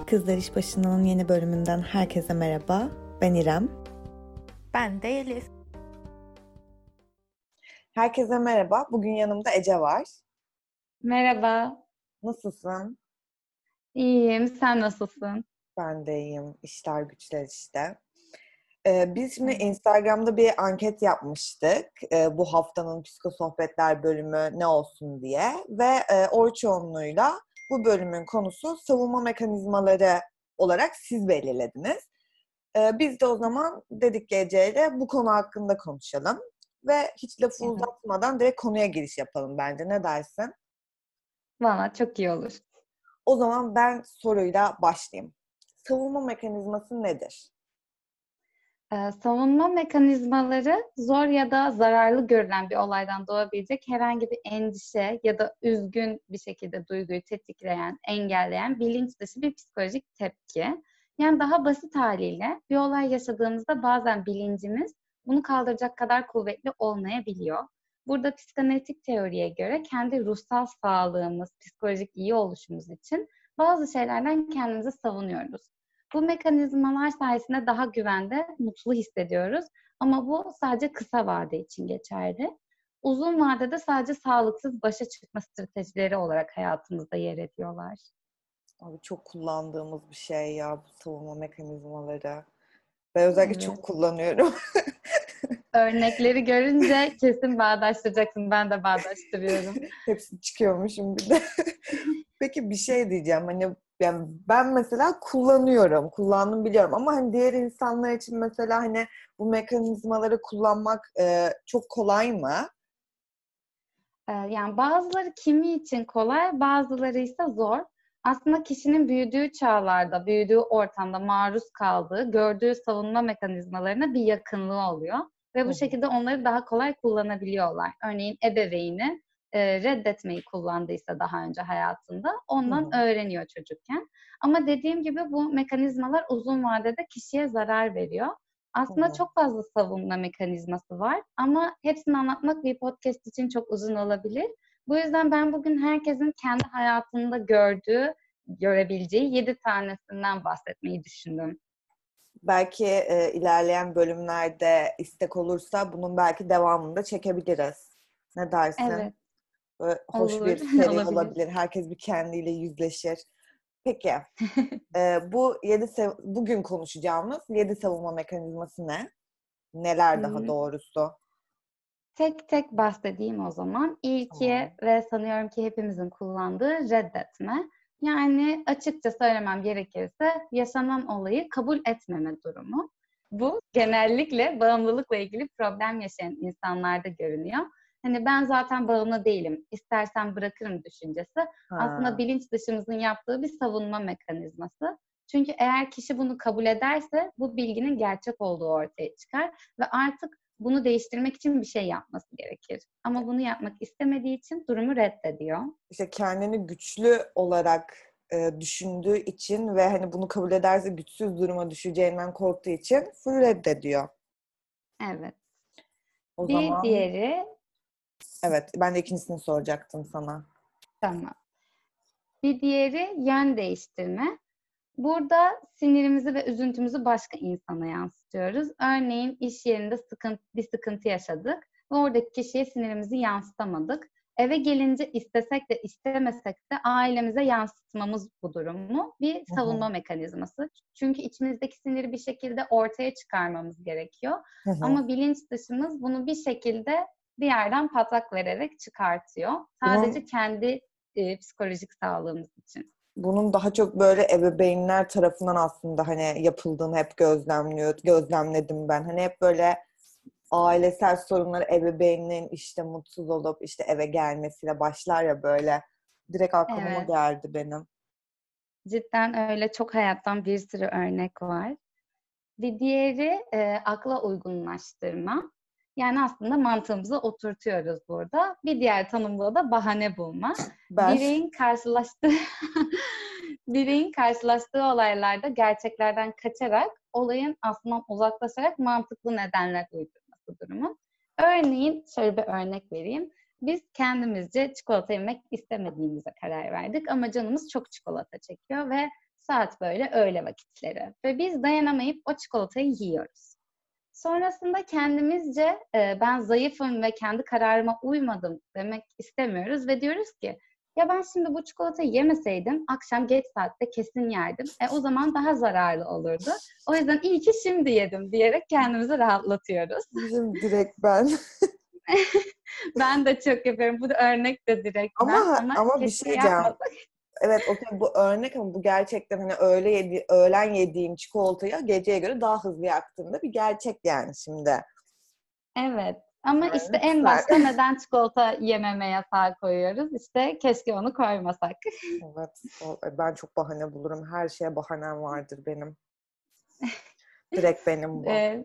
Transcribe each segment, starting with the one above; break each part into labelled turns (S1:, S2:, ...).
S1: Kızlar İş Başında'nın yeni bölümünden herkese merhaba. Ben İrem.
S2: Ben de Elif.
S3: Herkese merhaba. Bugün yanımda Ece var.
S2: Merhaba.
S3: Nasılsın?
S2: İyiyim. Sen nasılsın?
S3: Ben de iyiyim. İşler güçler işte. Biz şimdi
S2: Evet.
S3: Instagram'da bir anket yapmıştık. Bu haftanın psikosohbetler bölümü ne olsun diye. Ve oy çoğunluğuyla bu bölümün konusu savunma mekanizmaları olarak siz belirlediniz. Biz de o zaman dedik ki Ece'yle bu konu hakkında konuşalım. Ve hiç lafı
S2: Evet.
S3: uzatmadan direkt konuya giriş yapalım bence. Ne dersin?
S2: Valla çok iyi olur.
S3: O zaman ben soruyla başlayayım. Savunma mekanizması nedir?
S2: Savunma mekanizmaları zor ya da zararlı görülen bir olaydan doğabilecek herhangi bir endişe ya da üzgün bir şekilde duyguyu tetikleyen, engelleyen bilinç dışı bir psikolojik tepki. Yani daha basit haliyle bir olay yaşadığımızda bazen bilincimiz bunu kaldıracak kadar kuvvetli olmayabiliyor. Burada psikanalitik teoriye göre kendi ruhsal sağlığımız, psikolojik iyi oluşumuz için bazı şeylerden kendimizi savunuyoruz. Bu mekanizmalar sayesinde daha güvende, mutlu hissediyoruz. Ama bu sadece kısa vade için geçerli. Uzun vadede sadece sağlıksız başa çıkma stratejileri olarak hayatımızda yer ediyorlar.
S3: Abi çok kullandığımız bir şey ya bu savunma mekanizmaları. Ben özellikle
S2: Evet.
S3: çok kullanıyorum.
S2: Örnekleri görünce kesin bağdaştıracaksın. Ben de bağdaştırıyorum.
S3: Hepsi çıkıyormuşum bir de. Peki bir şey diyeceğim. Hani yani ben mesela kullanıyorum. Kullandım biliyorum ama hani diğer insanlar için mesela hani bu mekanizmaları kullanmak çok kolay mı?
S2: Yani bazıları kimi için kolay, bazıları ise zor. Aslında kişinin büyüdüğü çağlarda, büyüdüğü ortamda maruz kaldığı, gördüğü savunma mekanizmalarına bir yakınlığı oluyor. Ve
S3: Hı
S2: bu
S3: hı.
S2: şekilde onları daha kolay kullanabiliyorlar. Örneğin ebeveyni reddetmeyi kullandıysa daha önce hayatında
S3: Hı
S2: ondan
S3: hı.
S2: öğreniyor çocukken. Ama dediğim gibi bu mekanizmalar uzun vadede kişiye zarar veriyor.
S3: Hı
S2: Aslında
S3: hı.
S2: çok fazla savunma mekanizması var ama hepsini anlatmak bir podcast için çok uzun olabilir. Bu yüzden ben bugün herkesin kendi hayatında görebileceği 7 tanesinden bahsetmeyi düşündüm.
S3: Belki ilerleyen bölümlerde istek olursa bunun belki devamını da çekebiliriz. Ne dersin?
S2: Evet,
S3: Böyle hoş
S2: olur,
S3: bir seri
S2: olabilir.
S3: olabilir. Herkes bir kendiyle yüzleşir. Peki, bugün konuşacağımız 7 savunma mekanizması ne? Neler daha
S2: Hmm,
S3: doğrusu?
S2: Tek tek bahsedeyim o zaman. İlki
S3: Tamam.
S2: ve sanıyorum ki hepimizin kullandığı reddetme. Yani açıkça söylemem gerekirse yaşanan olayı kabul etmeme durumu. Bu genellikle bağımlılıkla ilgili problem yaşayan insanlarda görünüyor. Hani ben zaten bağımlı değilim, istersen bırakırım düşüncesi aslında
S3: Ha.
S2: bilinç dışımızın yaptığı bir savunma mekanizması. Çünkü eğer kişi bunu kabul ederse bu bilginin gerçek olduğu ortaya çıkar ve artık bunu değiştirmek için bir şey yapması gerekir. Ama bunu yapmak istemediği için durumu reddediyor.
S3: İşte kendini güçlü olarak düşündüğü için ve hani bunu kabul ederse güçsüz duruma düşeceğinden korktuğu için full reddediyor.
S2: Evet.
S3: O
S2: Bir
S3: zaman
S2: diğeri,
S3: evet, ben de ikincisini soracaktım sana.
S2: tamam. Bir diğeri yön değiştirme. Burada sinirimizi ve üzüntümüzü başka insana yansıtıyoruz. Örneğin iş yerinde bir sıkıntı yaşadık ve oradaki kişiye sinirimizi yansıtamadık. Eve gelince istesek de istemesek de ailemize yansıtmamız bu durumu bir
S3: Hı hı.
S2: savunma mekanizması. Çünkü içimizdeki siniri bir şekilde ortaya çıkarmamız gerekiyor.
S3: Hı hı.
S2: Ama bilinç dışımız bunu bir şekilde bir yerden patlak vererek çıkartıyor. Sadece
S3: Bunun
S2: kendi psikolojik sağlığımız için.
S3: bunun daha çok böyle ebeveynler tarafından aslında hani yapıldığını hep gözlemledim ben. Hani hep böyle ailesel sorunları ebeveynin işte mutsuz olup işte eve gelmesiyle başlar ya böyle. Direkt aklıma o
S2: Evet.
S3: geldi benim.
S2: Cidden öyle çok hayattan bir sürü örnek var. Bir diğeri akla uygunlaştırma. Yani aslında mantığımızı oturtuyoruz burada. Bir diğer tanımda da bahane bulma.
S3: Ben
S2: Bireyin karşılaştığı bireyin karşılaştığı olaylarda gerçeklerden kaçarak olayın aslında uzaklaşarak mantıklı nedenler uydurması durumu. Örneğin şöyle bir örnek vereyim. Biz kendimizce çikolata yemek istemediğimize karar verdik ama canımız çok çikolata çekiyor ve Saat böyle öğle vakitleri. Ve biz dayanamayıp o çikolatayı yiyoruz. Sonrasında kendimizce ben zayıfım ve kendi kararıma uymadım demek istemiyoruz ve diyoruz ki ya ben şimdi bu çikolatayı yemeseydim akşam geç saatte kesin yerdim. O zaman daha zararlı olurdu. O yüzden iyi ki şimdi yedim diyerek kendimizi rahatlatıyoruz.
S3: Bizim direkt ben.
S2: Ben de çok yapıyorum. Bu da örnek de direkt ben ama
S3: Ama bir
S2: keşke
S3: şey diyeceğim.
S2: yapmasak.
S3: Evet, okey, bu örnek ama bu gerçekten hani öğlen yediğim çikolatayı geceye göre daha hızlı yaktığımda bir gerçek yani şimdi.
S2: Evet. Ama
S3: Yani
S2: işte en
S3: lütfen.
S2: başta neden çikolata yememe yasağı koyuyoruz? İşte keşke onu koymasak.
S3: Evet, ben çok bahane bulurum. Her şeye bahanem vardır benim. Direkt benim bu.
S2: Ee,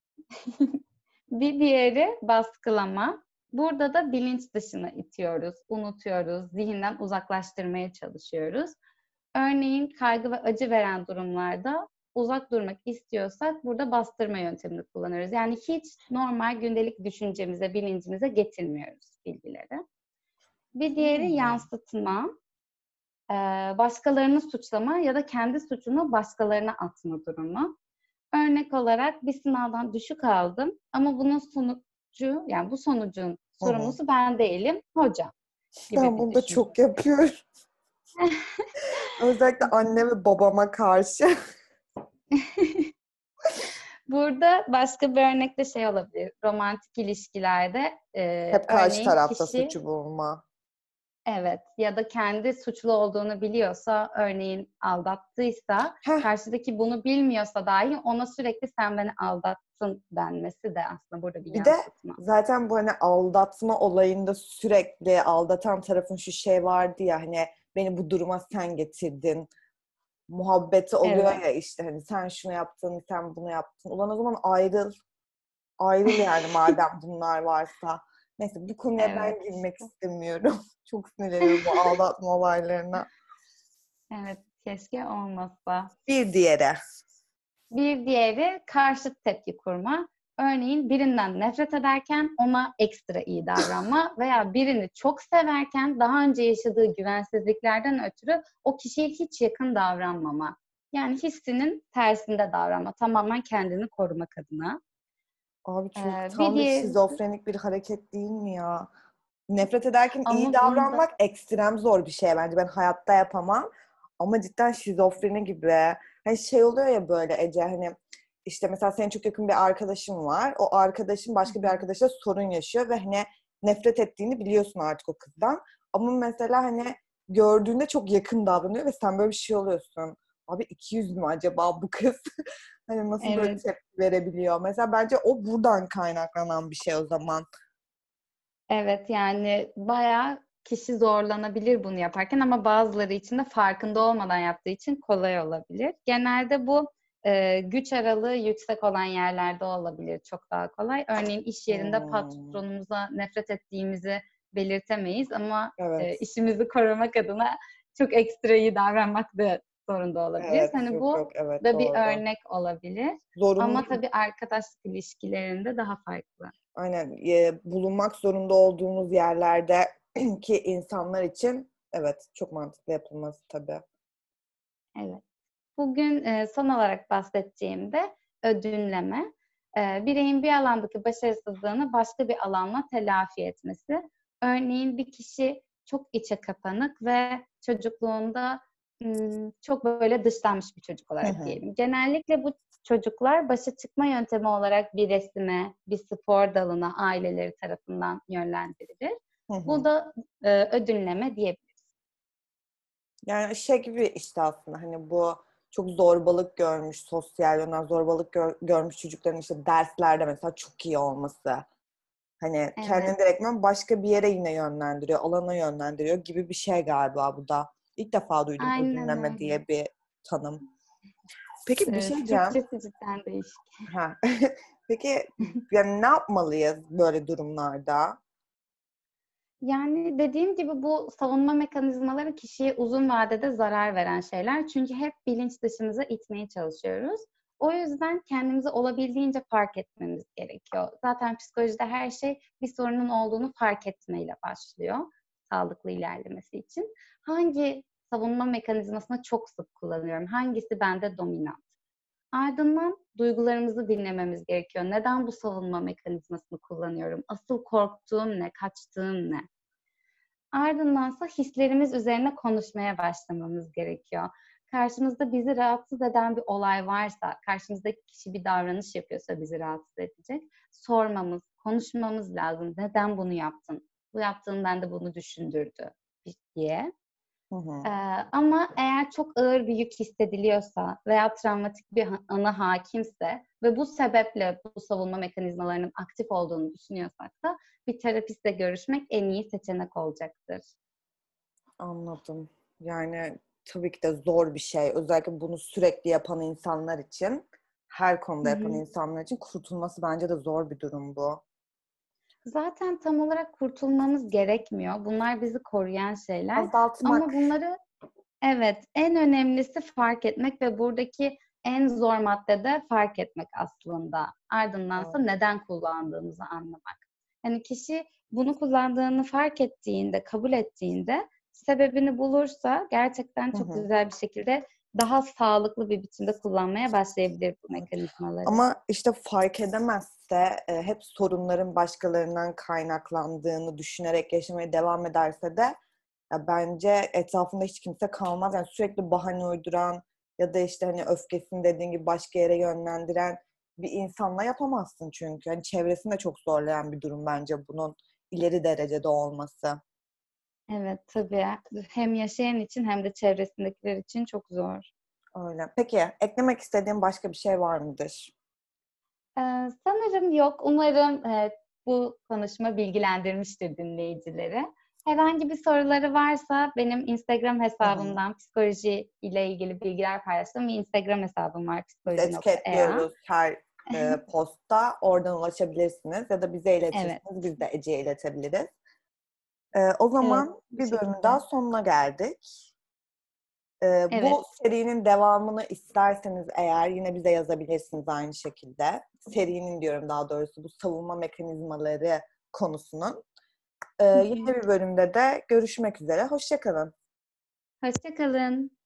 S2: Bir diğeri baskılama. Burada da bilinç dışına itiyoruz, unutuyoruz, zihinden uzaklaştırmaya çalışıyoruz. Örneğin kaygı ve acı veren durumlarda uzak durmak istiyorsak burada bastırma yöntemini kullanıyoruz. Yani hiç normal gündelik düşüncemize, bilincimize getirmiyoruz bilgileri. Bir diğeri yansıtma. Başkalarını suçlama ya da kendi suçunu başkalarına atma durumu. Örnek olarak bir sınavdan düşük aldım ama bunun sonucu, yani bu sonucun
S3: Hı hı.
S2: sorumlusu ben değilim, hocam gibi
S3: Ben
S2: bir
S3: bunu da
S2: düşünce.
S3: çok yapıyorum. Özellikle anne ve babama karşı.
S2: Burada başka bir örnek de şey olabilir. Romantik ilişkilerde
S3: Hep karşı
S2: örneğin
S3: tarafta
S2: kişi
S3: suçu bulma.
S2: evet ya da kendi suçlu olduğunu biliyorsa, örneğin aldattıysa,
S3: Heh,
S2: karşıdaki bunu bilmiyorsa dahi ona sürekli sen beni aldattın denmesi de aslında burada bir
S3: bir de
S2: yansıtma.
S3: zaten bu hani aldatma olayında sürekli aldatan tarafın şu şey vardı ya, hani beni bu duruma sen getirdin muhabbeti oluyor
S2: Evet,
S3: ya, işte hani sen şunu yaptın, sen bunu yaptın. Ulan o zaman ayrıl. Ayrıl yani madem bunlar varsa. Neyse, bu konuya
S2: evet
S3: ben girmek
S2: işte.
S3: istemiyorum. Çok sinirleniyorum bu aldatma olaylarına.
S2: Evet, keşke olmasa.
S3: Bir diğeri.
S2: Bir diğeri karşıt tepki kurma. Örneğin birinden nefret ederken ona ekstra iyi davranma veya birini çok severken daha önce yaşadığı güvensizliklerden ötürü o kişiye hiç yakın davranmama. Yani hissinin tersinde davranma. Tamamen kendini korumak adına.
S3: Abi çok
S2: Bir
S3: tam bir
S2: diğeri
S3: şizofrenik bir hareket değil mi ya? Nefret ederken iyi
S2: ama bunda
S3: davranmak ekstrem zor bir şey bence. Ben hayatta yapamam. Ama cidden şizofreni gibi. Hani şey oluyor ya böyle Ece, hani işte mesela senin çok yakın bir arkadaşın var. O arkadaşın başka bir arkadaşla sorun yaşıyor ve hani nefret ettiğini biliyorsun artık o kızdan. Ama mesela hani gördüğünde çok yakın davranıyor ve sen böyle bir şey oluyorsun. Abi 200 mü acaba bu kız? Hani nasıl böyle
S2: evet.
S3: tepki verebiliyor? Mesela bence o buradan kaynaklanan bir şey o zaman.
S2: Evet yani bayağı kişi zorlanabilir bunu yaparken ama bazıları için de farkında olmadan yaptığı için kolay olabilir. Genelde bu güç aralığı yüksek olan yerlerde olabilir çok daha kolay. Örneğin iş yerinde
S3: Hmm,
S2: patronumuza nefret ettiğimizi belirtemeyiz ama
S3: evet.
S2: işimizi korumak adına çok ekstra iyi davranmak da zorunda olabiliriz.
S3: Evet.
S2: Hani
S3: Yok
S2: bu
S3: yok, evet,
S2: da bir
S3: doğru.
S2: örnek olabilir.
S3: Zorunlu,
S2: Ama tabii arkadaşlık ilişkilerinde daha farklı.
S3: aynen, bulunmak zorunda olduğumuz yerlerde ki insanlar için evet çok mantıklı yapılması tabii.
S2: Evet. Bugün son olarak bahsedeceğim de ödünleme. Bireyin bir alandaki başarısızlığını başka bir alanla telafi etmesi. Örneğin bir kişi çok içe kapanık ve çocukluğunda çok böyle dışlanmış bir çocuk
S3: Hı
S2: olarak
S3: hı.
S2: diyelim. Genellikle bu çocuklar başa çıkma yöntemi olarak bir resime, bir spor dalına aileleri tarafından yönlendirilir.
S3: Hı
S2: Bu
S3: hı.
S2: da ödünleme diyebiliriz.
S3: Yani şey gibi işte aslında hani bu çok zorbalık görmüş, sosyal yönden zorbalık görmüş çocukların işte derslerde mesela çok iyi olması. Hani
S2: Evet,
S3: kendini direktmen başka bir yere yine yönlendiriyor, alana yönlendiriyor gibi bir şey galiba bu da. İlk defa duydum
S2: aynen
S3: ödünleme
S2: öyle.
S3: diye bir tanım. Peki bir şey diyeceğim.
S2: Türkçesi cidden değişik.
S3: Ha. Peki yani ne yapmalıyız böyle durumlarda?
S2: Yani dediğim gibi bu savunma mekanizmaları kişiye uzun vadede zarar veren şeyler. Çünkü hep bilinç dışımıza itmeye çalışıyoruz. O yüzden kendimizi olabildiğince fark etmemiz gerekiyor. Zaten psikolojide her şey bir sorunun olduğunu fark etmeyle başlıyor. Sağlıklı ilerlemesi için. Hangi savunma mekanizmasını çok sık kullanıyorum. Hangisi bende dominant? Ardından duygularımızı dinlememiz gerekiyor. Neden bu savunma mekanizmasını kullanıyorum? Asıl korktuğum ne? Kaçtığım ne? Ardındansa hislerimiz üzerine konuşmaya başlamamız gerekiyor. Karşımızda bizi rahatsız eden bir olay varsa, karşımızdaki kişi bir davranış yapıyorsa bizi rahatsız edecek, sormamız, konuşmamız lazım. Neden bunu yaptın? Bu yaptığın bende bunu düşündürdü diye.
S3: Hı hı.
S2: Ama eğer çok ağır bir yük hissediliyorsa veya travmatik bir ana hakimse ve bu sebeple bu savunma mekanizmalarının aktif olduğunu düşünüyorsak da bir terapistle görüşmek en iyi seçenek olacaktır.
S3: Anladım. Yani tabii ki de zor bir şey. Özellikle bunu sürekli yapan insanlar için, her konuda
S2: Hı
S3: yapan
S2: hı.
S3: insanlar için kurtulması bence de zor bir durum bu.
S2: Zaten tam olarak kurtulmamız gerekmiyor. Bunlar bizi koruyan şeyler.
S3: Azaltmak.
S2: Ama bunları evet, en önemlisi fark etmek ve buradaki en zor madde de fark etmek aslında. Ardındansa
S3: Evet.
S2: neden kullandığımızı anlamak. Yani kişi bunu kullandığını fark ettiğinde, kabul ettiğinde sebebini bulursa gerçekten
S3: Hı
S2: çok
S3: hı.
S2: güzel bir şekilde daha sağlıklı bir biçimde kullanmaya başlayabilir bu mekanizmaları.
S3: Ama işte fark edemezse, hep sorunların başkalarından kaynaklandığını düşünerek yaşamaya devam ederse de ya bence etrafında hiç kimse kalmaz. Yani sürekli bahane uyduran ya da işte hani öfkesini dediğin gibi başka yere yönlendiren bir insanla yapamazsın çünkü. Hani çevresini de çok zorlayan bir durum bence bunun ileri derecede olması.
S2: Evet, tabii. Hem yaşayan için hem de çevresindekiler için çok zor.
S3: Öyle. Peki eklemek istediğin başka bir şey var mıdır?
S2: Sanırım yok. Umarım bu konuşma bilgilendirmiştir dinleyicileri. Herhangi bir soruları varsa benim Instagram
S3: Hı hı.
S2: hesabımdan psikoloji ile ilgili bilgiler paylaştığım bir Instagram hesabım var
S3: Biz
S2: psikoloji.ea.
S3: etiketliyoruz her postta. Oradan ulaşabilirsiniz ya da bize
S2: Evet,
S3: iletirsiniz. Biz de Ece'ye iletebiliriz. O
S2: evet
S3: zaman
S2: bu
S3: bir bölümün daha
S2: şekilde.
S3: sonuna geldik. Bu
S2: Evet,
S3: serinin devamını isterseniz eğer yine bize yazabilirsiniz aynı şekilde. Serinin diyorum daha doğrusu bu savunma mekanizmaları konusunun.
S2: hı
S3: Yeni
S2: hı.
S3: bir bölümde de görüşmek üzere. Hoşça kalın.
S2: Hoşça kalın.